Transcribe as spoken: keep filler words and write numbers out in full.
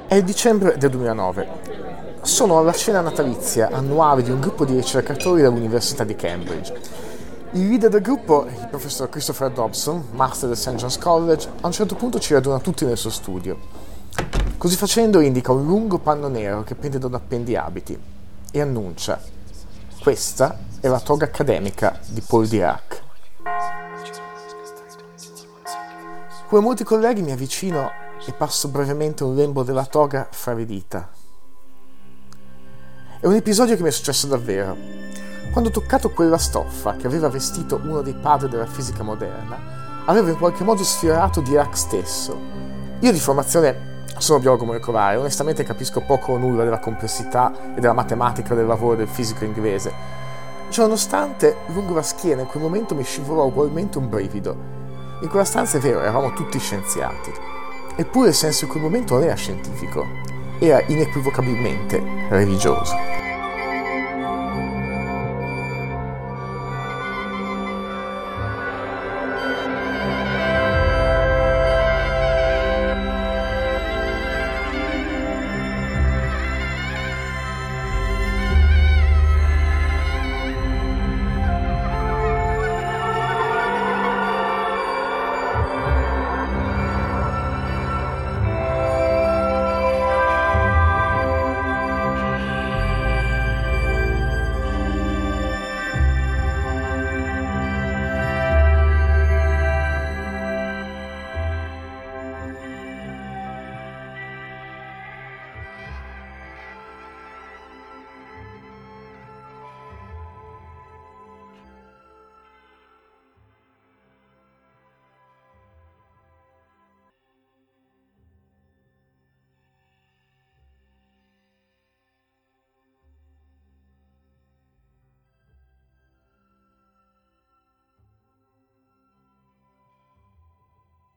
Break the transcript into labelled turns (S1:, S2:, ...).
S1: È il dicembre del duemilanove. Sono alla cena natalizia annuale di un gruppo di ricercatori dell'Università di Cambridge. Il leader del gruppo, il professor Christopher Dobson, master del Saint John's College, a un certo punto ci raduna tutti nel suo studio. Così facendo indica un lungo panno nero che pende da un appendiabiti e annuncia: questa è la toga accademica di Paul Dirac. Come molti colleghi mi avvicino e passo brevemente un lembo della toga fra le dita. È un episodio che mi è successo davvero. Quando ho toccato quella stoffa che aveva vestito uno dei padri della fisica moderna, avevo in qualche modo sfiorato Dirac stesso. Io di formazione sono biologo molecolare, onestamente capisco poco o nulla della complessità e della matematica del lavoro del fisico inglese. Ciononostante, lungo la schiena in quel momento mi scivolò ugualmente un brivido. In quella stanza, è vero, eravamo tutti scienziati. Eppure il senso in quel momento non era scientifico, era inequivocabilmente religioso.